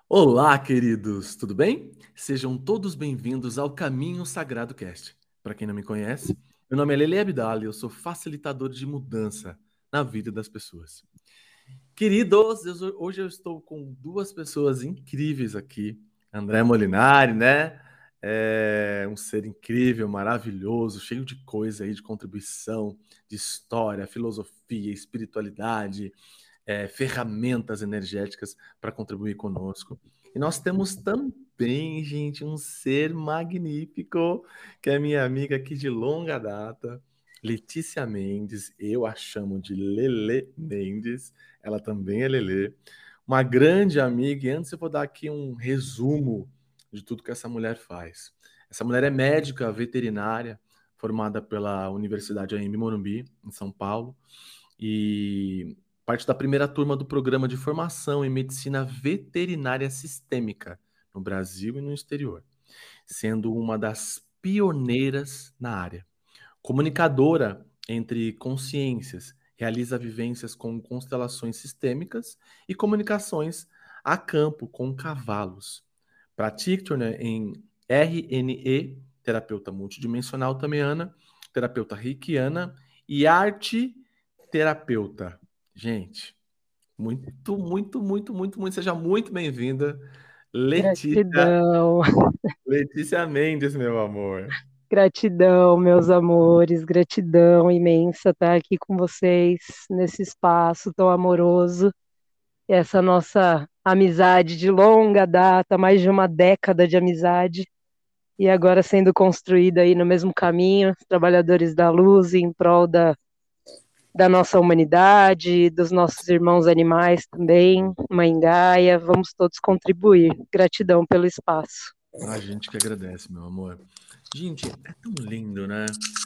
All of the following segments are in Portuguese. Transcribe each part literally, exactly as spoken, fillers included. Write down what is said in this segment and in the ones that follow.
Olá, queridos, tudo bem? Sejam todos bem-vindos ao Caminho Sagrado Cast. Para quem não me conhece, meu nome é Lele Abdal e eu sou facilitador de mudança na vida das pessoas. Queridos, eu- hoje eu estou com duas pessoas incríveis aqui. André Molinari, né? É um ser incrível, maravilhoso, cheio de coisa aí, de contribuição, de história, filosofia, espiritualidade, é, ferramentas energéticas para contribuir conosco. E nós temos também, gente, um ser magnífico, que é minha amiga aqui de longa data, Letícia Mendes. Eu a chamo de Lele Mendes, ela também é Lele. Uma grande amiga, e antes eu vou dar aqui um resumo de tudo que essa mulher faz. Essa mulher é médica veterinária, formada pela Universidade A M Morumbi, em São Paulo, e parte da primeira turma do programa de formação em medicina veterinária sistêmica no Brasil e no exterior, sendo uma das pioneiras na área. Comunicadora entre consciências, realiza vivências com constelações sistêmicas e comunicações a campo com cavalos. Pratica, né, em R N E, terapeuta multidimensional tamiana, terapeuta reikiana e arte terapeuta. Gente, muito, muito, muito, muito, muito. Seja muito bem-vinda, Letícia, Gratidão, Letícia Mendes, meu amor. gratidão, meus amores, gratidão imensa estar aqui com vocês nesse espaço tão amoroso. Essa nossa amizade de longa data, mais de uma década de amizade, e agora sendo construída aí no mesmo caminho, os trabalhadores da luz em prol da, da nossa humanidade, dos nossos irmãos animais também, Mãe Gaia, vamos todos contribuir. Gratidão pelo espaço. A gente que agradece, meu amor. Gente, é tão lindo, né?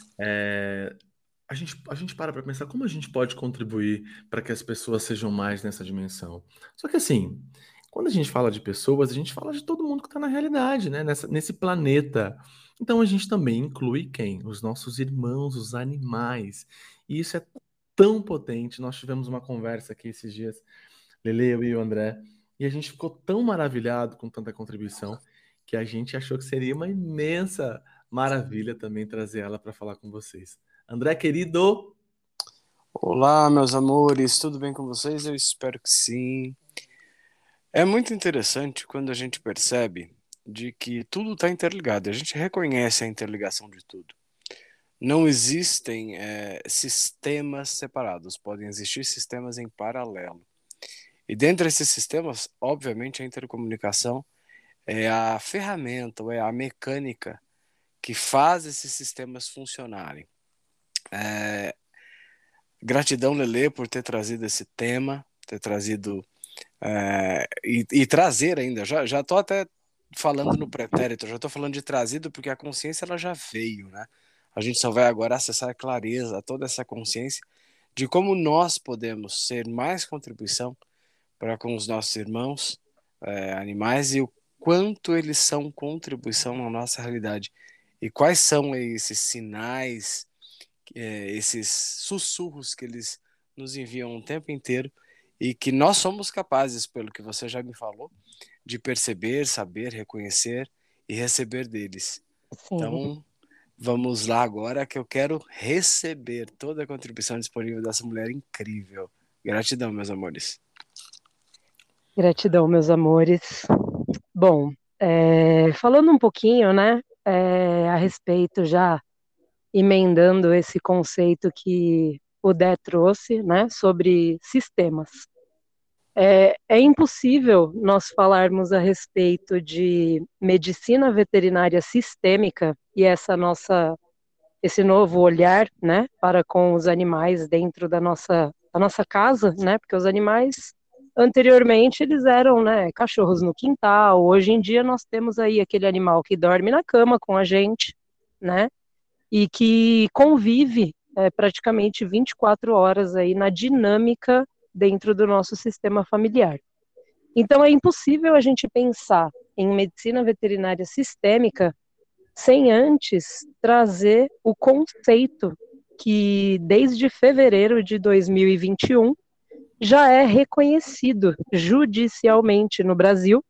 É, a gente, a gente para para pensar como a gente pode contribuir para que as pessoas sejam mais nessa dimensão. Só que assim, quando a gente fala de pessoas, a gente fala de todo mundo que está na realidade, né? Nessa, nesse planeta. Então a gente também inclui quem? Os nossos irmãos, os animais. E isso é tão potente. Nós tivemos uma conversa aqui esses dias, Lele, eu e o André, e a gente ficou tão maravilhado com tanta contribuição que a gente achou que seria uma imensa maravilha também trazer ela para falar com vocês. André, querido, Olá, meus amores, tudo bem com vocês? Eu espero que sim. É muito interessante quando a gente percebe de que tudo está interligado. A gente reconhece a interligação de tudo. Não existem eh, sistemas separados, podem existir sistemas em paralelo. E dentre esses sistemas, obviamente, a intercomunicação é a ferramenta ou é a mecânica que faz esses sistemas funcionarem. Gratidão, Lelê, por ter trazido esse tema, ter trazido É, e, e trazer ainda, já, já tô até falando no pretérito, já tô falando de trazido porque a consciência ela já veio, né? A gente só vai agora acessar a clareza, toda essa consciência de como nós podemos ser mais contribuição para com os nossos irmãos é, animais e o quanto eles são contribuição na nossa realidade e quais são esses sinais, é, esses sussurros que eles nos enviam o tempo inteiro e que nós somos capazes, pelo que você já me falou, de perceber, saber, reconhecer e receber deles. Sim. Então, vamos lá agora que eu quero receber toda a contribuição disponível dessa mulher incrível. Gratidão, meus amores. Gratidão, meus amores. Bom, é, falando um pouquinho, né, é, a respeito, já emendando esse conceito que o Dé trouxe, né, sobre sistemas. É, é impossível nós falarmos a respeito de medicina veterinária sistêmica e essa nossa, esse novo olhar, né, para com os animais dentro da nossa, da nossa casa, né, porque os animais anteriormente eles eram, né, cachorros no quintal. Hoje em dia nós temos aí aquele animal que dorme na cama com a gente, né, e que convive é, praticamente vinte e quatro horas aí na dinâmica dentro do nosso sistema familiar. Então é impossível a gente pensar em medicina veterinária sistêmica sem antes trazer o conceito que desde fevereiro de dois mil e vinte e um já é reconhecido judicialmente no Brasil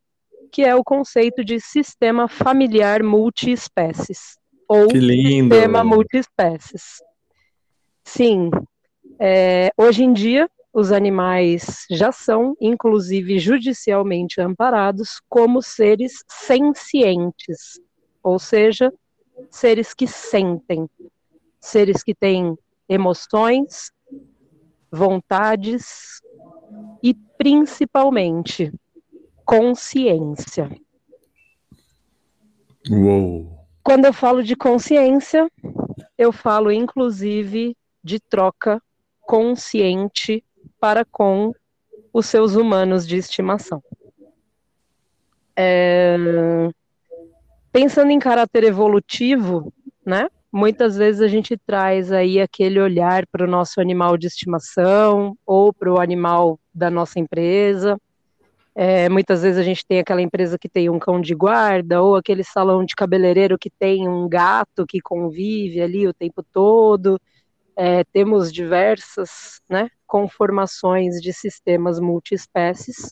que é o conceito de sistema familiar multiespécies, ou Que lindo! sistema multiespécies. Sim, é, hoje em dia, os animais já são, inclusive judicialmente amparados, como seres sencientes, ou seja, seres que sentem, seres que têm emoções, vontades e, principalmente, consciência. Uou! Quando eu falo de consciência, eu falo, inclusive, de troca consciente para com os seus humanos de estimação. É... Pensando em caráter evolutivo, né? Muitas vezes a gente traz aí aquele olhar para o nosso animal de estimação ou para o animal da nossa empresa. É, muitas vezes a gente tem aquela empresa que tem um cão de guarda ou aquele salão de cabeleireiro que tem um gato que convive ali o tempo todo. É, temos diversas, né, conformações de sistemas multiespécies.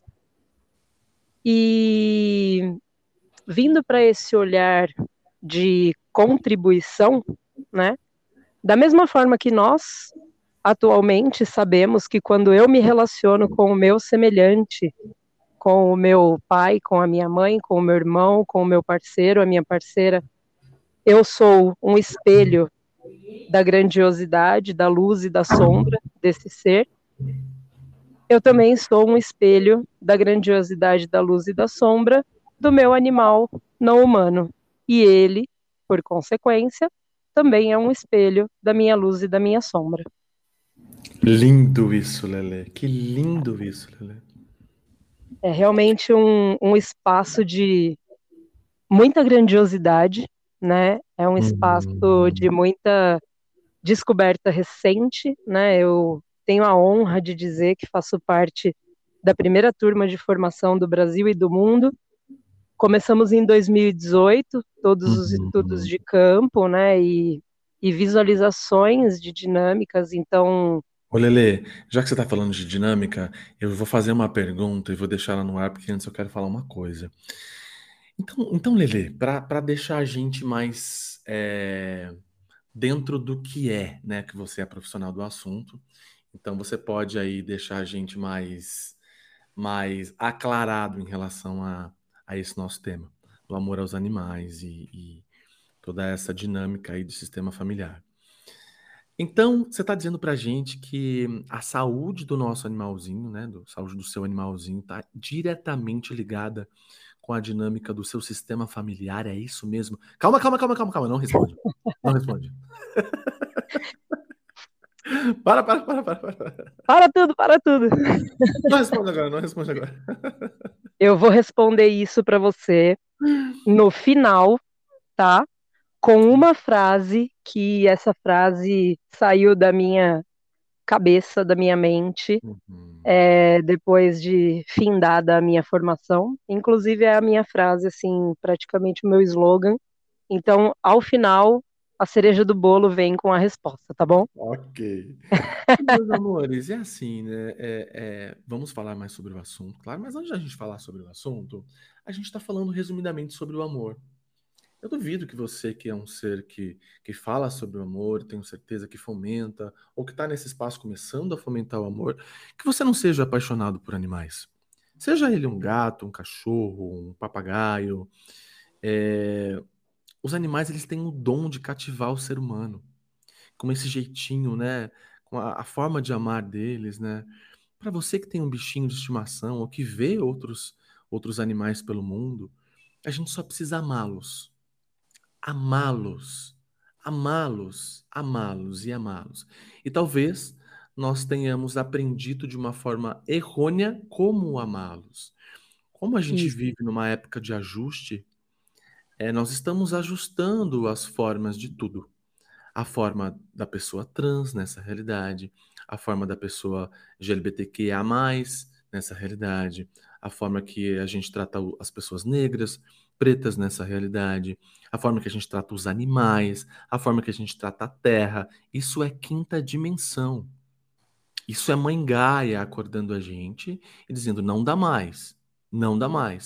E vindo para esse olhar de contribuição, né, da mesma forma que nós atualmente sabemos que quando eu me relaciono com o meu semelhante, com o meu pai, com a minha mãe, com o meu irmão, com o meu parceiro, a minha parceira, eu sou um espelho da grandiosidade, da luz e da sombra desse ser. Eu também sou um espelho da grandiosidade, da luz e da sombra do meu animal não humano. E ele, por consequência, também é um espelho da minha luz e da minha sombra. Lindo isso, Lelê. Que lindo isso, Lelê. É realmente um, um espaço de muita grandiosidade, né? É um espaço Hum. de muita descoberta recente, né? Eu tenho a honra de dizer que faço parte da primeira turma de formação do Brasil e do mundo. Começamos em dois mil e dezoito, todos os Uhum. estudos de campo, né? E, e visualizações de dinâmicas, então... Ô, Lelê, já que você está falando de dinâmica, eu vou fazer uma pergunta e vou deixar ela no ar, porque antes eu quero falar uma coisa. Então, então Lelê, para deixar a gente mais é, dentro do que é, né, que você é profissional do assunto, então você pode aí deixar a gente mais, mais aclarado em relação a, a esse nosso tema, do amor aos animais e, e toda essa dinâmica aí do sistema familiar. Então, você está dizendo para a gente que a saúde do nosso animalzinho, né, do, a saúde do seu animalzinho, está diretamente ligada com a dinâmica do seu sistema familiar, é isso mesmo? Calma, calma, calma, calma, calma, não responde. Não responde. Para, para, para, para, para. Para tudo, para tudo. Não responde agora, não responde agora. Eu vou responder isso para você no final, tá? Com uma frase, que essa frase saiu da minha cabeça, da minha mente, Uhum. é, depois de findada a minha formação. Inclusive é a minha frase, assim, praticamente o meu slogan. Então, ao final, a cereja do bolo vem com a resposta, tá bom? Ok. Meus amores, é assim, né? É, é, vamos falar mais sobre o assunto, claro, mas antes da gente falar sobre o assunto, a gente está falando resumidamente sobre o amor. Eu duvido que você, que é um ser que, que fala sobre o amor, tenho certeza que fomenta, ou que está nesse espaço começando a fomentar o amor, que você não seja apaixonado por animais. Seja ele um gato, um cachorro, um papagaio. é, Os animais, eles têm o dom de cativar o ser humano. Com esse jeitinho, né? Com a, a forma de amar deles, né? Para você que tem um bichinho de estimação, ou que vê outros, outros animais pelo mundo, a gente só precisa amá-los. Amá-los, amá-los, amá-los e amá-los. E talvez nós tenhamos aprendido de uma forma errônea como amá-los. Como a gente Isso. vive numa época de ajuste, é, nós estamos ajustando as formas de tudo. A forma da pessoa trans nessa realidade, a forma da pessoa L G B T Q I A mais, nessa realidade, a forma que a gente trata as pessoas negras, pretas nessa realidade, a forma que a gente trata os animais, a forma que a gente trata a terra. Isso é quinta dimensão. Isso é Mãe Gaia acordando a gente e dizendo: não dá mais, não dá mais.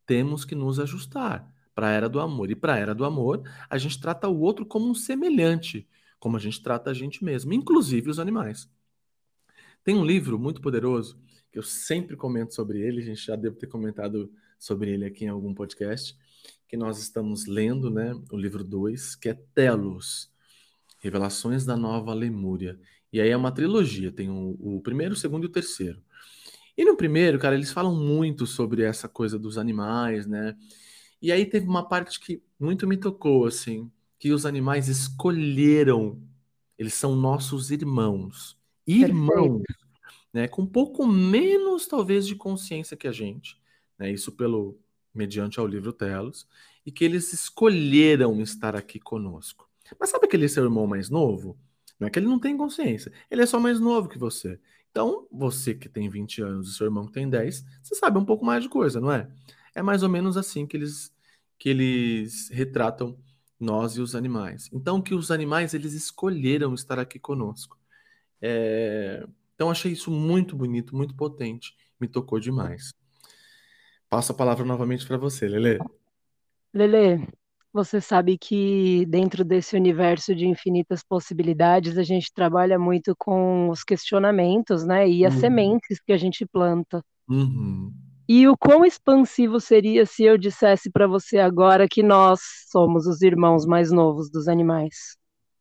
temos que nos ajustar para a era do amor. E para a era do amor, a gente trata o outro como um semelhante, como a gente trata a gente mesmo, inclusive os animais. Tem um livro muito poderoso, que eu sempre comento sobre ele, a gente já deve ter comentado sobre ele aqui em algum podcast, que nós estamos lendo, né, o livro dois, que é Telos, Revelações da Nova Lemúria. E aí é uma trilogia, tem o, o primeiro, o segundo e o terceiro. E no primeiro, cara, eles falam muito sobre essa coisa dos animais, né? E aí teve uma parte que muito me tocou, assim, que os animais escolheram, eles são nossos irmãos. Irmãos, Perfeito. né? Com um pouco menos, talvez, de consciência que a gente, né? Isso pelo, mediante ao livro Telos, e que eles escolheram estar aqui conosco. Mas sabe aquele seu irmão mais novo? Não é que ele não tem consciência, ele é só mais novo que você. Então, você que tem vinte anos e seu irmão que tem dez, você sabe um pouco mais de coisa, não é? É mais ou menos assim que eles, que eles retratam nós e os animais. Então, que os animais, eles escolheram estar aqui conosco. É... Então, achei isso muito bonito, muito potente. Me tocou demais. Passo a palavra novamente para você, Lelê. Lelê, você sabe que dentro desse universo de infinitas possibilidades, a gente trabalha muito com os questionamentos, né? E as Uhum. sementes que a gente planta. Uhum. E o quão expansivo seria se eu dissesse para você agora que nós somos os irmãos mais novos dos animais?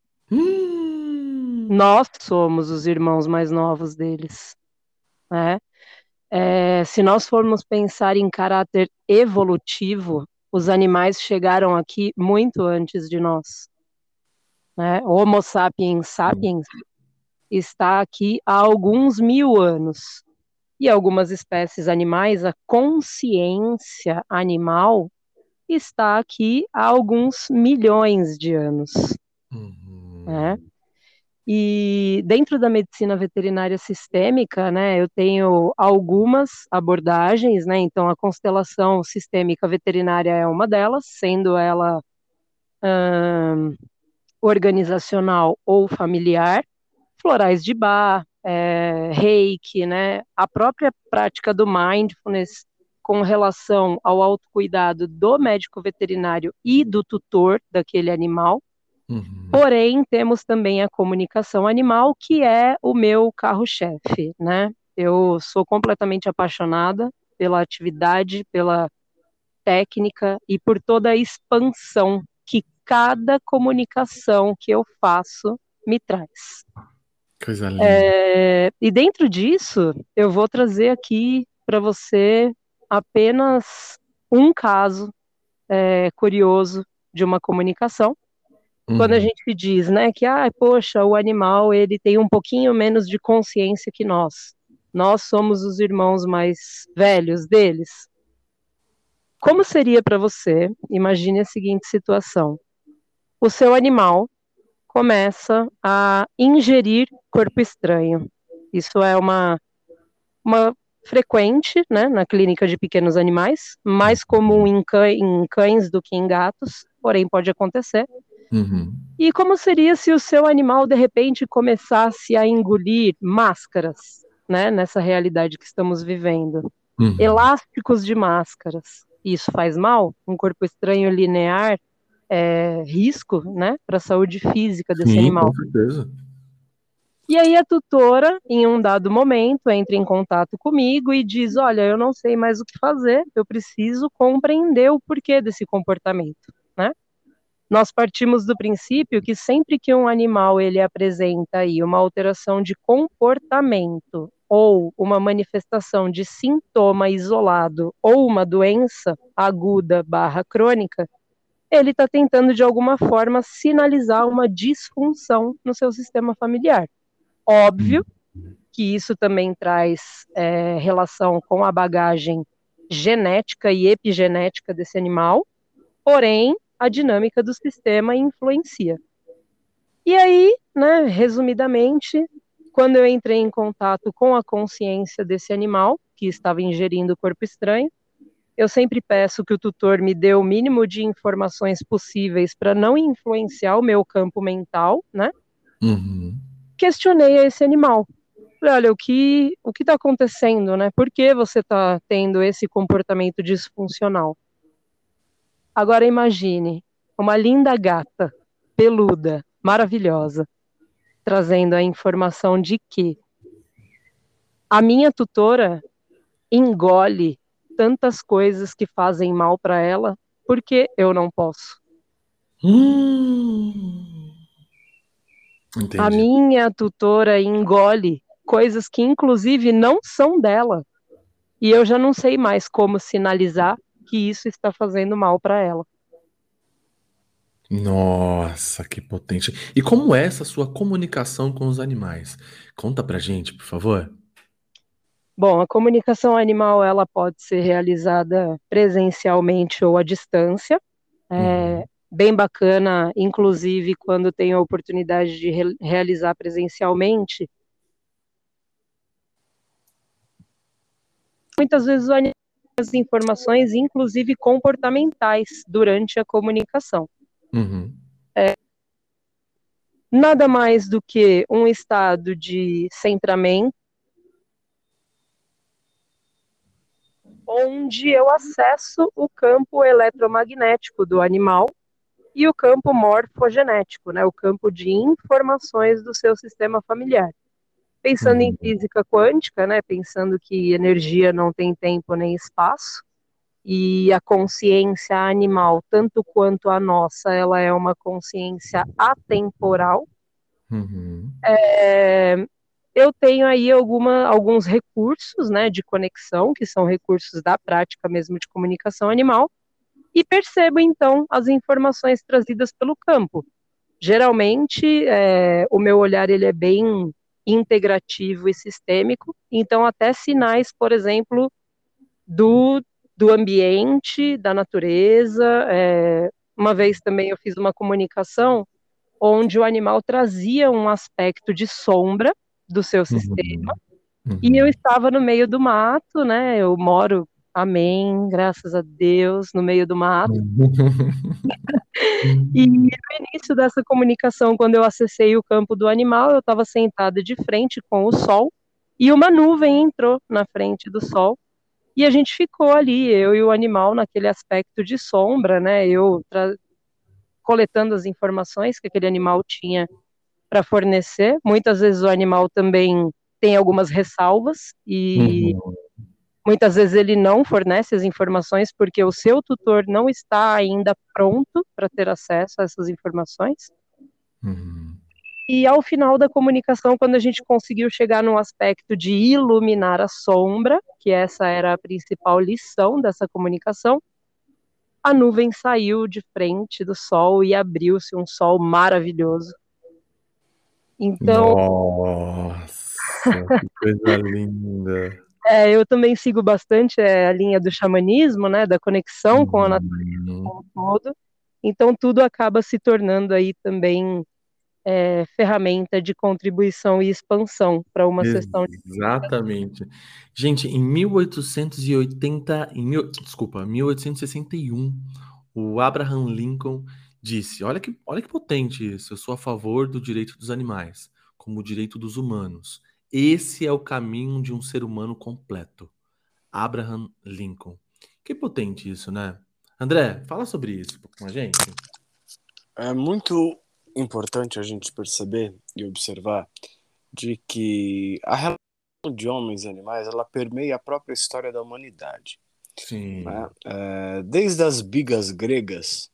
Hum. Nós somos os irmãos mais novos deles, né? É, se nós formos pensar em caráter evolutivo, os animais chegaram aqui muito antes de nós, né? Homo sapiens sapiens está aqui há alguns mil anos. E algumas espécies animais, a consciência animal está aqui há alguns milhões de anos, Uhum. né? E dentro da medicina veterinária sistêmica, né, eu tenho algumas abordagens, né? Então a constelação sistêmica veterinária é uma delas, sendo ela hum, organizacional ou familiar, florais de Bach, é, reiki, né? A própria prática do mindfulness com relação ao autocuidado do médico veterinário e do tutor daquele animal. Uhum. Porém, temos também a comunicação animal, que é o meu carro-chefe, né? Eu sou completamente apaixonada pela atividade, pela técnica e por toda a expansão que cada comunicação que eu faço me traz. Coisa linda. É, e dentro disso, eu vou trazer aqui para você apenas um caso é, curioso de uma comunicação. Uhum. Quando a gente diz, né, que, ah, poxa, o animal ele tem um pouquinho menos de consciência que nós. Nós somos os irmãos mais velhos deles. Como seria para você? Imagine a seguinte situação: o seu animal começa a ingerir corpo estranho. Isso é uma, uma frequente, né, na clínica de pequenos animais, mais comum em, cã em cães do que em gatos, porém pode acontecer. Uhum. E como seria se o seu animal, de repente, começasse a engolir máscaras, né, nessa realidade que estamos vivendo? Uhum. Elásticos de máscaras. Isso faz mal? Um corpo estranho linear é risco, né, para a saúde física desse Sim, animal. com certeza. E aí a tutora, em um dado momento, entra em contato comigo e diz, olha, eu não sei mais o que fazer, eu preciso compreender o porquê desse comportamento, né? Nós partimos do princípio que sempre que um animal ele apresenta aí uma alteração de comportamento ou uma manifestação de sintoma isolado ou uma doença aguda barra crônica, ele está tentando de alguma forma sinalizar uma disfunção no seu sistema familiar. Óbvio que isso também traz é, relação com a bagagem genética e epigenética desse animal, porém a dinâmica do sistema influencia. E aí, né, resumidamente, quando eu entrei em contato com a consciência desse animal, que estava ingerindo corpo estranho, eu sempre peço que o tutor me dê o mínimo de informações possíveis para não influenciar o meu campo mental, né? Uhum. Questionei esse animal. Falei, olha, o que o que está acontecendo, né? Por que você está tendo esse comportamento disfuncional? Agora imagine uma linda gata, peluda, maravilhosa, trazendo a informação de que a minha tutora engole tantas coisas que fazem mal para ela, porque eu não posso. Hum, A entendi. minha tutora engole coisas que inclusive não são dela. E eu já não sei mais como sinalizar que isso está fazendo mal para ela. Nossa, que potente. E como é essa sua comunicação com os animais? Conta pra gente, por favor. Bom, a comunicação animal ela pode ser realizada presencialmente ou à distância. É Uhum. bem bacana, inclusive quando tenho a oportunidade de re realizar presencialmente. Muitas vezes o animal tem as informações, inclusive comportamentais, durante a comunicação. Uhum. É, nada mais do que um estado de centramento, onde eu acesso o campo eletromagnético do animal e o campo morfogenético, né, o campo de informações do seu sistema familiar. Pensando em Uhum. física quântica, né, pensando que energia não tem tempo nem espaço, e a consciência animal, tanto quanto a nossa, ela é uma consciência atemporal. Uhum. É, eu tenho aí alguma, alguns recursos, né, de conexão, que são recursos da prática mesmo de comunicação animal, e percebo então as informações trazidas pelo campo. Geralmente, é, o meu olhar ele é bem integrativo e sistêmico, então até sinais, por exemplo, do, do ambiente, da natureza. É, uma vez também eu fiz uma comunicação onde o animal trazia um aspecto de sombra do seu sistema, Uhum. e eu Uhum. estava no meio do mato, né? Eu moro, amém, graças a Deus, no meio do mato. E no Uhum. início dessa comunicação, quando eu acessei o campo do animal, eu estava sentada de frente com o sol, e uma nuvem entrou na frente do sol, e a gente ficou ali, eu e o animal, naquele aspecto de sombra, né? Eu coletando as informações que aquele animal tinha para fornecer. Muitas vezes o animal também tem algumas ressalvas e Uhum. muitas vezes ele não fornece as informações porque o seu tutor não está ainda pronto para ter acesso a essas informações. Uhum. E ao final da comunicação, quando a gente conseguiu chegar no aspecto de iluminar a sombra, que essa era a principal lição dessa comunicação, a nuvem saiu de frente do sol e abriu-se um sol maravilhoso. Então, Nossa, que coisa linda. é, eu também sigo bastante é, a linha do xamanismo, né, da conexão com a natureza Uhum. como um todo. Então, tudo acaba se tornando aí também é, ferramenta de contribuição e expansão para uma sessão de comunicação. Exatamente. Gente, em mil oitocentos e oitenta, em mil, desculpa, mil oitocentos e sessenta e um, o Abraham Lincoln disse: Olha que, olha que potente isso. Eu sou a favor do direito dos animais, como o direito dos humanos. Esse é o caminho de um ser humano completo. Abraham Lincoln. Que potente isso, né? André, fala sobre isso com a gente. É muito importante a gente perceber e observar de que a relação de homens e animais ela permeia a própria história da humanidade, né? Sim. É, desde as bigas gregas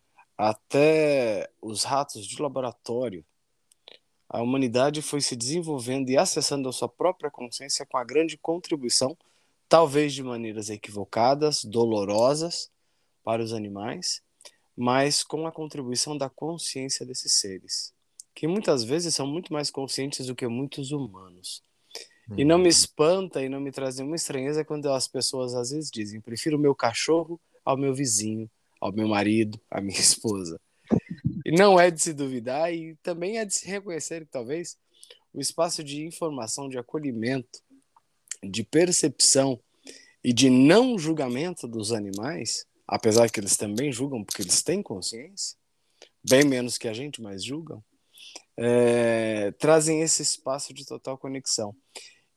até os ratos de laboratório, a humanidade foi se desenvolvendo e acessando a sua própria consciência com a grande contribuição, talvez de maneiras equivocadas, dolorosas para os animais, mas com a contribuição da consciência desses seres, que muitas vezes são muito mais conscientes do que muitos humanos. E não me Uhum. espanta e não me traz nenhuma estranheza quando as pessoas às vezes dizem: prefiro o meu cachorro ao meu vizinho, ao meu marido, à minha esposa. E não é de se duvidar e também é de se reconhecer que talvez o espaço de informação, de acolhimento, de percepção e de não julgamento dos animais, apesar que eles também julgam porque eles têm consciência, bem menos que a gente, mas julgam, é, trazem esse espaço de total conexão.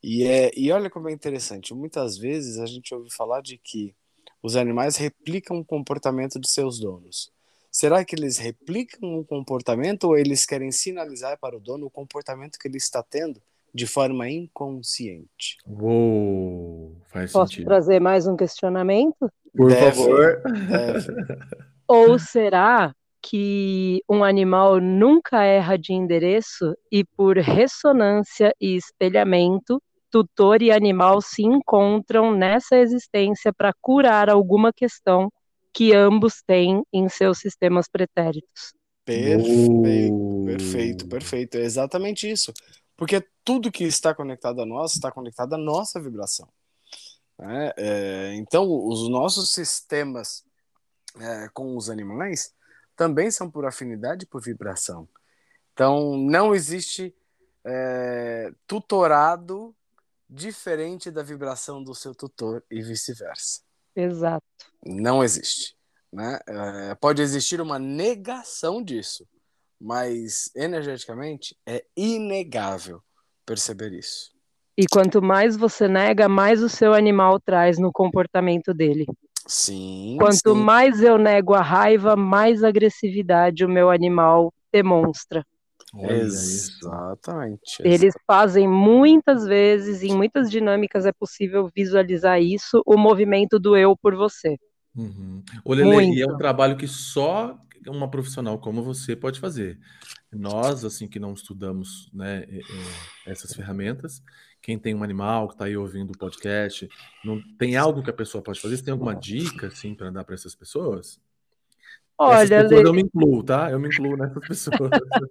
E, é, e olha como é interessante, muitas vezes a gente ouve falar de que os animais replicam o comportamento de seus donos. Será que eles replicam o comportamento ou eles querem sinalizar para o dono o comportamento que ele está tendo de forma inconsciente? Uou, faz Posso sentido. trazer mais um questionamento? Por Deve, favor. deve. Ou será que um animal nunca erra de endereço e por ressonância e espelhamento, tutor e animal se encontram nessa existência para curar alguma questão que ambos têm em seus sistemas pretéritos? Perfeito, Uou. perfeito, perfeito. É exatamente isso. Porque tudo que está conectado a nós está conectado à nossa vibração. Né? É, então, os nossos sistemas é, com os animais também são por afinidade e por vibração. Então, não existe é, tutorado diferente da vibração do seu tutor e vice-versa. Exato. Não existe. Né? É, pode existir uma negação disso, mas energeticamente é inegável perceber isso. E quanto mais você nega, mais o seu animal traz no comportamento dele. Sim, Quanto sim. mais eu nego a raiva, mais agressividade o meu animal demonstra. Olha isso. Exatamente. Eles fazem muitas vezes, em muitas dinâmicas é possível visualizar isso, o movimento do eu por você. Uhum. Ô, Lelê, e é um trabalho que só uma profissional como você pode fazer. Nós, assim, que não estudamos, né, é, é, essas ferramentas, quem tem um animal que está aí ouvindo o podcast, não tem algo que a pessoa pode fazer? Você tem alguma dica, assim, para dar para essas pessoas? Olha, essas pessoas Lê... eu me incluo, tá? Eu me incluo nessas pessoas.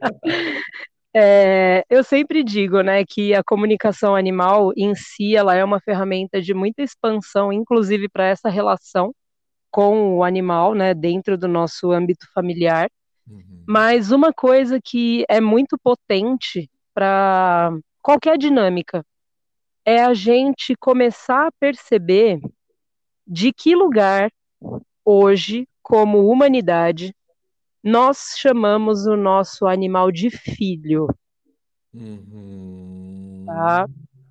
É, eu sempre digo, né, que a comunicação animal em si, ela é uma ferramenta de muita expansão, inclusive para essa relação com o animal, né, dentro do nosso âmbito familiar. Uhum. Mas uma coisa que é muito potente para qualquer dinâmica é a gente começar a perceber de que lugar hoje, como humanidade, nós chamamos o nosso animal de filho. Uhum. Tá?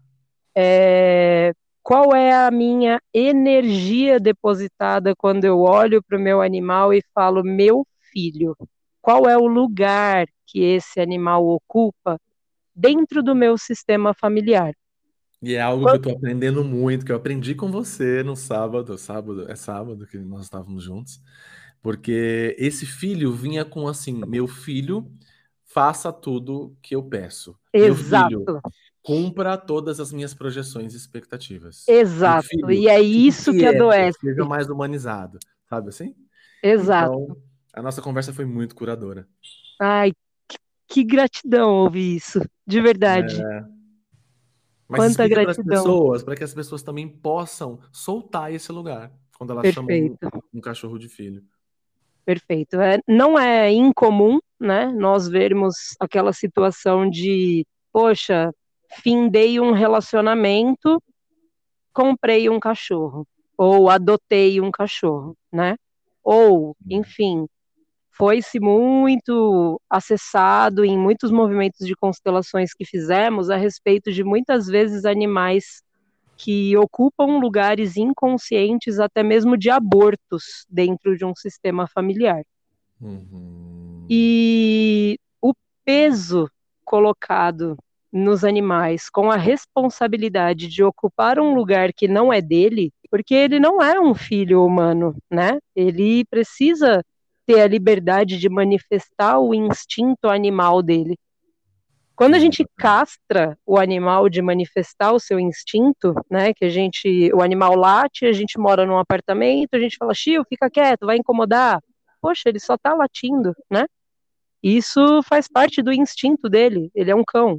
É, qual é a minha energia depositada quando eu olho para o meu animal e falo meu filho? Qual é o lugar que esse animal ocupa dentro do meu sistema familiar? E é algo quando... que eu tô aprendendo muito, que eu aprendi com você no sábado, sábado, é sábado que nós estávamos juntos, porque esse filho vinha com assim, meu filho, faça tudo que eu peço. Exato. Meu filho, cumpra todas as minhas projeções e expectativas. Exato, filho, e é isso que quieto, adoece. Seja mais humanizado, sabe assim? Exato. Então, a nossa conversa foi muito curadora. Ai, que, que gratidão ouvir isso, de verdade. É... Mas Quanta explica para as gratidão. pessoas, para que as pessoas também possam soltar esse lugar, quando elas Perfeito. chamam um, um cachorro de filho. Perfeito. É, não é incomum, né, nós vermos aquela situação de, poxa, findei um relacionamento, comprei um cachorro, ou adotei um cachorro, né? Ou, enfim, foi-se muito acessado em muitos movimentos de constelações que fizemos a respeito de muitas vezes animais que ocupam lugares inconscientes, até mesmo de abortos dentro de um sistema familiar. Uhum. E o peso colocado nos animais com a responsabilidade de ocupar um lugar que não é dele, porque ele não é um filho humano, né? Ele precisa ter a liberdade de manifestar o instinto animal dele. Quando a gente castra o animal de manifestar o seu instinto, né, que a gente, o animal late, a gente mora num apartamento, a gente fala, Chiu, fica quieto, vai incomodar. Poxa, ele só tá latindo, né? Isso faz parte do instinto dele, ele é um cão.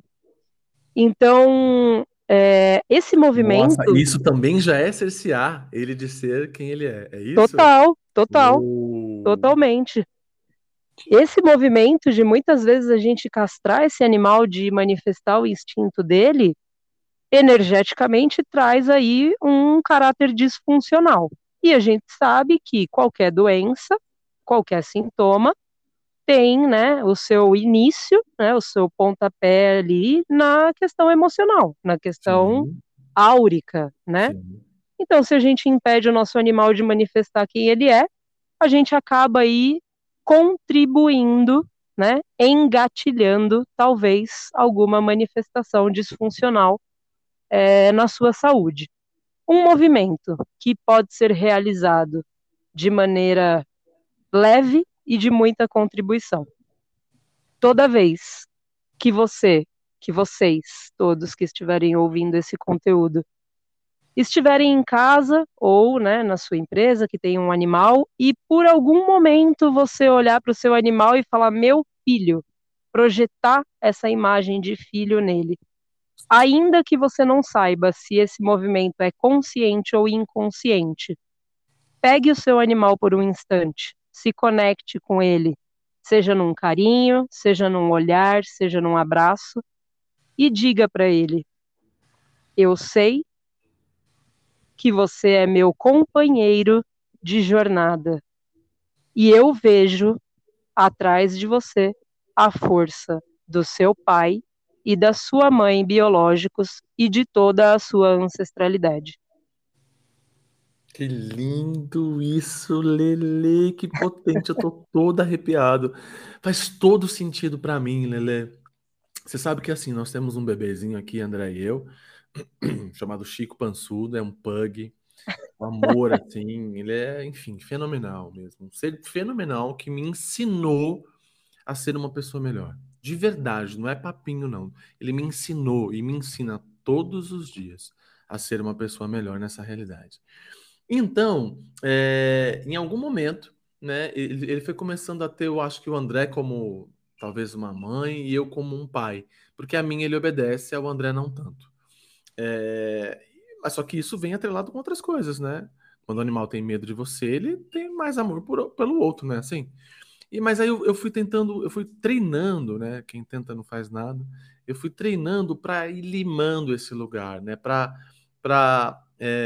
Então, é, esse movimento... Nossa, isso também já é cercear ele de ser quem ele é, é isso? Total, total, oh. totalmente. Esse movimento de muitas vezes a gente castrar esse animal de manifestar o instinto dele, energeticamente traz aí um caráter disfuncional. E a gente sabe que qualquer doença, qualquer sintoma, tem, né, o seu início, né, o seu pontapé ali na questão emocional, na questão Sim, áurica, né? sim. Então, se a gente impede o nosso animal de manifestar quem ele é, a gente acaba aí contribuindo, né, engatilhando talvez alguma manifestação disfuncional é, na sua saúde. Um movimento que pode ser realizado de maneira leve e de muita contribuição. Toda vez que você, que vocês, todos que estiverem ouvindo esse conteúdo, estiverem em casa ou, né, na sua empresa que tem um animal e por algum momento você olhar para o seu animal e falar, meu filho, projetar essa imagem de filho nele. Ainda que você não saiba se esse movimento é consciente ou inconsciente, pegue o seu animal por um instante, se conecte com ele, seja num carinho, seja num olhar, seja num abraço, e diga para ele: eu sei que você é meu companheiro de jornada, e eu vejo atrás de você a força do seu pai e da sua mãe biológicos e de toda a sua ancestralidade. Que lindo isso, Lele, que potente, eu tô todo arrepiado. Faz todo sentido pra mim, Lele. Você sabe que assim, nós temos um bebezinho aqui, André e eu, chamado Chico Pançudo, é um pug, um amor assim, ele é, enfim, fenomenal mesmo. Um ser fenomenal que me ensinou a ser uma pessoa melhor. De verdade, não é papinho não. Ele me ensinou e me ensina todos os dias a ser uma pessoa melhor nessa realidade. Então, é, em algum momento, né, ele, ele foi começando a ter, eu acho que o André como talvez uma mãe e eu como um pai, porque a mim ele obedece, ao André não tanto. É, mas só que isso vem atrelado com outras coisas, né? Quando o animal tem medo de você, ele tem mais amor por- pelo outro, né? Assim. E mas aí eu, eu fui tentando, eu fui treinando, né? Quem tenta não faz nada. Eu fui treinando para ir limando esse lugar, né? Para para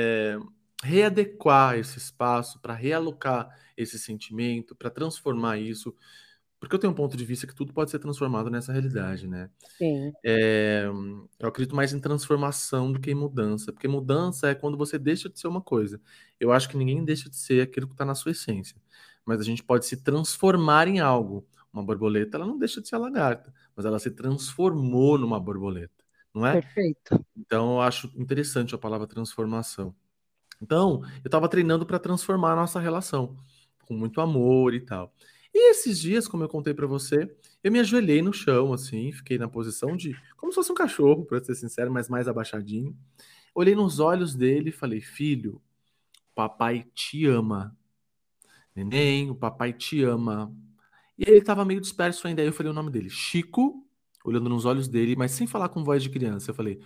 readequar esse espaço, para realocar esse sentimento, para transformar isso, porque eu tenho um ponto de vista que tudo pode ser transformado nessa realidade, né? Sim, É, eu acredito mais em transformação do que em mudança, porque mudança é quando você deixa de ser uma coisa. Eu acho que ninguém deixa de ser aquilo que está na sua essência, mas a gente pode se transformar em algo. Uma borboleta, ela não deixa de ser a lagarta, mas ela se transformou numa borboleta, não é? perfeito. Então, eu acho interessante a palavra transformação. Então, eu estava treinando para transformar a nossa relação, com muito amor e tal. E esses dias, como eu contei para você, eu me ajoelhei no chão, assim, fiquei na posição de, como se fosse um cachorro, para ser sincero, mas mais abaixadinho. Olhei nos olhos dele e falei: filho, papai te ama. Neném, o papai te ama. E ele estava meio disperso ainda, aí eu falei o nome dele, Chico, olhando nos olhos dele, mas sem falar com voz de criança. Eu falei: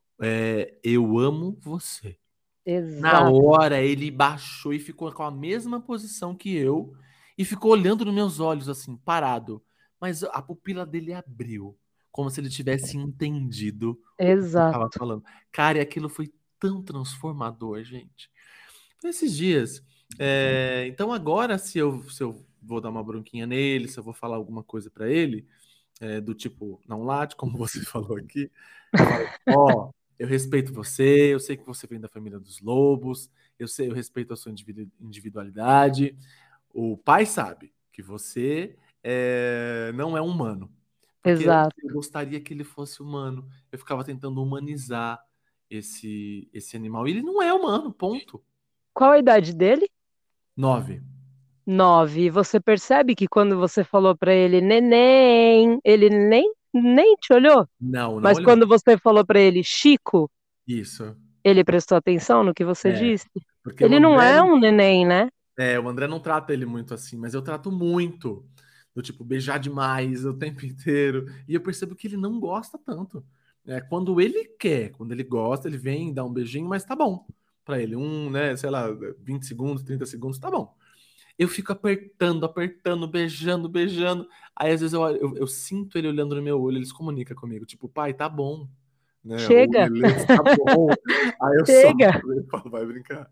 é, eu amo você. Na Exato, hora ele baixou e ficou com a mesma posição que eu e ficou olhando nos meus olhos assim, parado. Mas a pupila dele abriu, como se ele tivesse entendido o que eu estava exato. falando. Cara, e aquilo foi tão transformador, gente. Esses dias. é, Então agora, se eu, se eu vou dar uma bronquinha nele, se eu vou falar alguma coisa pra ele, é, do tipo, não late, como você falou aqui. Eu falo, ó, eu respeito você, eu sei que você vem da família dos lobos, eu sei, eu respeito a sua individu- individualidade. O pai sabe que você é, não é humano, porque eu, Exato. eu gostaria que ele fosse humano. Eu ficava tentando humanizar esse, esse animal. E ele não é humano, ponto. Qual a idade dele? Nove. Nove. E você percebe que quando você falou pra ele, neném, ele nem, nem te olhou? Não, não Mas olhou. quando você falou pra ele, Chico, Isso. ele prestou atenção no que você É. disse? Porque o Ele não André é não um neném, né? É, o André não trata ele muito assim, mas eu trato muito. Do tipo, beijar demais o tempo inteiro. E eu percebo que ele não gosta tanto. É, quando ele quer, quando ele gosta, ele vem dar um beijinho, mas tá bom. Pra ele, um, né, sei lá, vinte segundos, trinta segundos, tá bom. Eu fico apertando, apertando, beijando, beijando. Aí às vezes eu, eu, eu sinto ele olhando no meu olho, ele se comunica comigo, tipo, pai, tá bom. né? O Chega. Lelê tá bom. Aí eu Chega. só eu falo, vai brincar.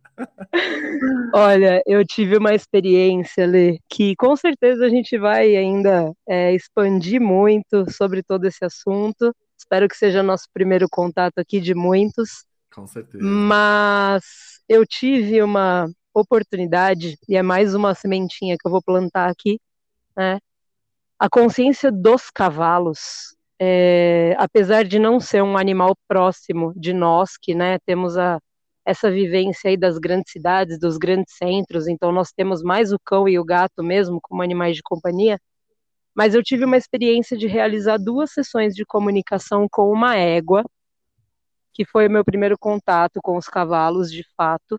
Olha, eu tive uma experiência, Lê, que com certeza a gente vai ainda é, expandir muito sobre todo esse assunto. Espero que seja nosso primeiro contato aqui de muitos. Com certeza. Mas eu tive uma oportunidade, e é mais uma sementinha que eu vou plantar aqui, né? A consciência dos cavalos, é, apesar de não ser um animal próximo de nós, que, né, temos a, essa vivência aí das grandes cidades, dos grandes centros, então nós temos mais o cão e o gato mesmo como animais de companhia, mas eu tive uma experiência de realizar duas sessões de comunicação com uma égua, que foi o meu primeiro contato com os cavalos, de fato.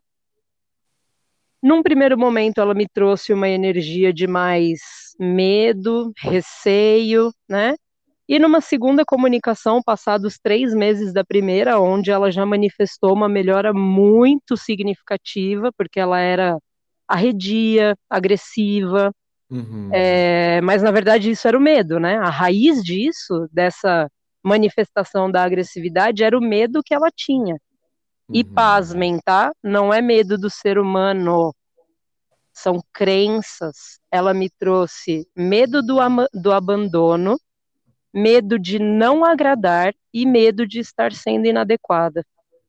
Num primeiro momento, ela me trouxe uma energia de mais medo, receio, né? E numa segunda comunicação, passados três meses da primeira, onde ela já manifestou uma melhora muito significativa, porque ela era arredia, agressiva, Uhum. é, mas na verdade isso era o medo, né? A raiz disso, dessa manifestação da agressividade, era o medo que ela tinha. E Uhum. pasmem, tá? Não é medo do ser humano, são crenças. Ela me trouxe medo do, do abandono, medo de não agradar e medo de estar sendo inadequada.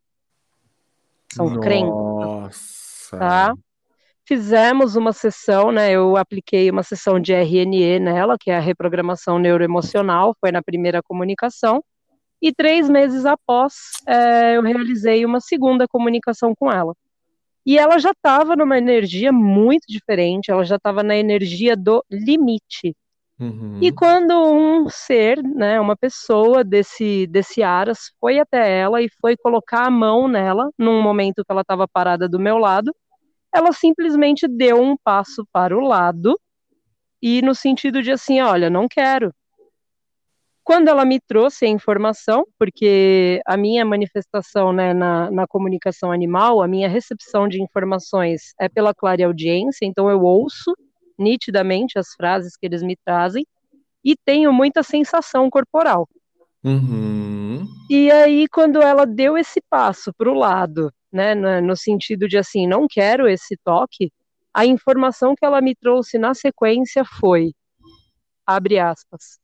São Nossa. crenças, tá? Fizemos uma sessão, né? Eu apliquei uma sessão de R N E nela, que é a reprogramação neuroemocional, foi na primeira comunicação. E três meses após, é, eu realizei uma segunda comunicação com ela. E ela já estava numa energia muito diferente, ela já estava na energia do limite. Uhum. E quando um ser, né, uma pessoa desse, desse Aras foi até ela e foi colocar a mão nela, num momento que ela estava parada do meu lado, ela simplesmente deu um passo para o lado e no sentido de assim, olha, não quero. Quando ela me trouxe a informação, porque a minha manifestação, né, na, na comunicação animal, a minha recepção de informações é pela clareaudiência, então eu ouço nitidamente as frases que eles me trazem e tenho muita sensação corporal. Uhum. E aí, quando ela deu esse passo para o lado, né, no sentido de assim, não quero esse toque, a informação que ela me trouxe na sequência foi, abre aspas,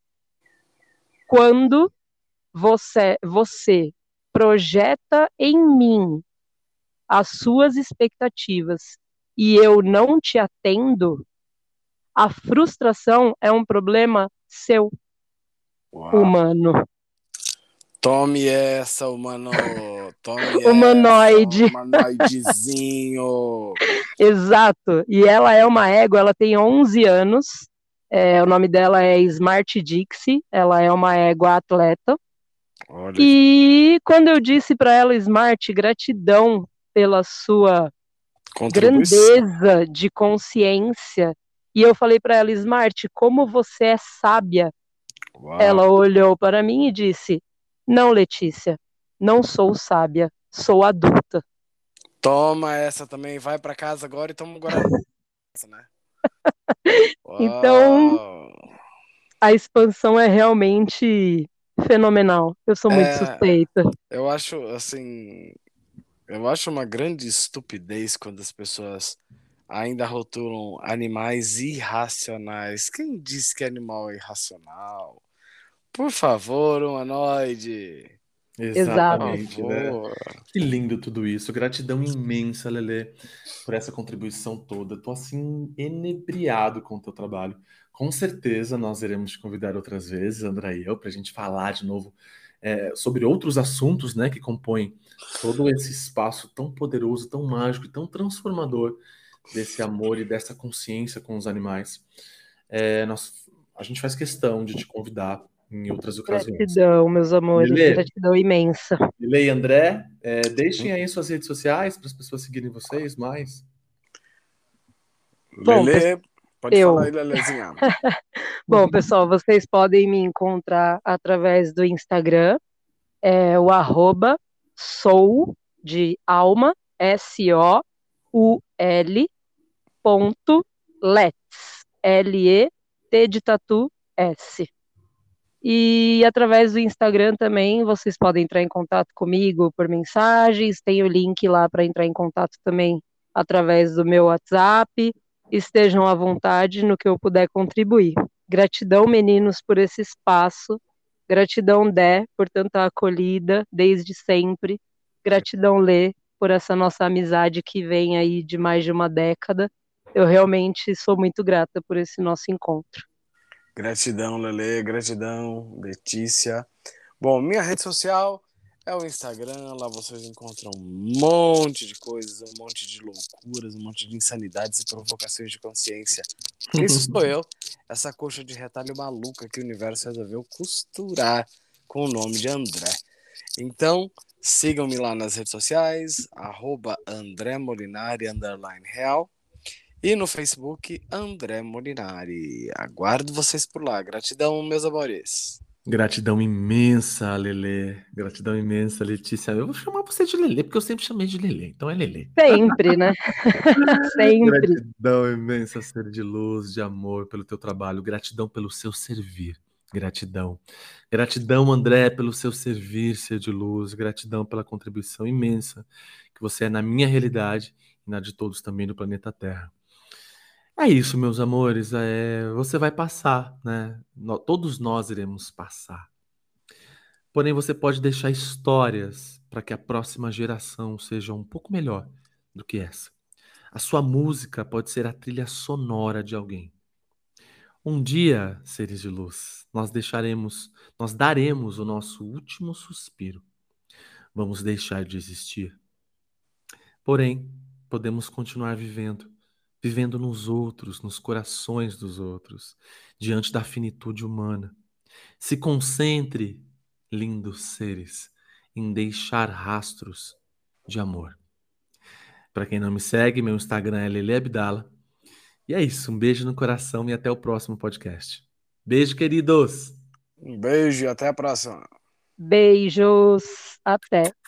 quando você, você projeta em mim as suas expectativas e eu não te atendo, a frustração é um problema seu, Uau. humano. Tome essa, humano. Tome Humanoide. essa, humanoidezinho. Exato. E ela é uma égua, ela tem onze anos. É, o nome dela é Smart Dixie. Ela é uma égua atleta. Olha. E quando eu disse para ela, Smart, gratidão pela sua grandeza de consciência. E eu falei para ela, Smart, como você é sábia. Uau. Ela olhou para mim e disse, não, Letícia, não sou sábia, sou adulta. Toma essa também, vai para casa agora e toma agora essa, né? Então, a expansão é realmente fenomenal. Eu sou muito é, suspeita. Eu acho, assim, eu acho uma grande estupidez quando as pessoas ainda rotulam animais irracionais. Quem disse que animal é irracional? Por favor, humanoide. Exatamente, né? Que lindo tudo isso. Gratidão imensa, Lelê, por essa contribuição toda. Tô assim, enebriado com o teu trabalho. Com certeza nós iremos te convidar outras vezes, André e eu, para a gente falar de novo é, sobre outros assuntos, né, que compõem todo esse espaço tão poderoso, tão mágico e tão transformador desse amor e dessa consciência com os animais. É, nós, a gente faz questão de te convidar em outras ocasiões. Gratidão, meus amores, Lelê, gratidão imensa. Lelê e André, é, deixem aí suas redes sociais para as pessoas seguirem vocês mais. Bom, Lelê, pode eu... falar aí, Lelezinha. Bom, pessoal, vocês podem me encontrar através do Instagram, é o arroba sou de alma, S O U L ponto lets, L E T de tatu S. E através do Instagram também, vocês podem entrar em contato comigo por mensagens, tem o link lá para entrar em contato também através do meu WhatsApp. Estejam à vontade no que eu puder contribuir. Gratidão, meninos, por esse espaço. Gratidão, Dé, por tanta acolhida desde sempre. Gratidão, Lê, por essa nossa amizade que vem aí de mais de uma década. Eu realmente sou muito grata por esse nosso encontro. Gratidão, Lele, gratidão, Letícia. Bom, minha rede social é o Instagram, lá vocês encontram um monte de coisas, um monte de loucuras, um monte de insanidades e provocações de consciência. Isso sou eu, essa coxa de retalho maluca que o universo resolveu costurar com o nome de André. Então, sigam-me lá nas redes sociais, arroba André Molinari, underline real. E no Facebook, André Molinari. Aguardo vocês por lá. Gratidão, meus amores. Gratidão imensa, Lelê. Gratidão imensa, Letícia. Eu vou chamar você de Lelê, porque eu sempre chamei de Lelê. Então é Lelê. Sempre, né? Sempre. Gratidão imensa, ser de luz, de amor pelo teu trabalho. Gratidão pelo seu servir. Gratidão. Gratidão, André, pelo seu servir, ser de luz. Gratidão pela contribuição imensa que você é na minha realidade e na de todos também no planeta Terra. É isso, meus amores. É, você vai passar, né? No- todos nós iremos passar. Porém, você pode deixar histórias para que a próxima geração seja um pouco melhor do que essa. A sua música pode ser a trilha sonora de alguém. Um dia, seres de luz, nós deixaremos, nós daremos o nosso último suspiro. Vamos deixar de existir. Porém, podemos continuar vivendo, vivendo nos outros, nos corações dos outros, diante da finitude humana. Se concentre, lindos seres, em deixar rastros de amor. Para quem não me segue, meu Instagram é Lele Abdala. E é isso, um beijo no coração e até o próximo podcast. Beijo, queridos! Um beijo e até a próxima. Beijos. Até.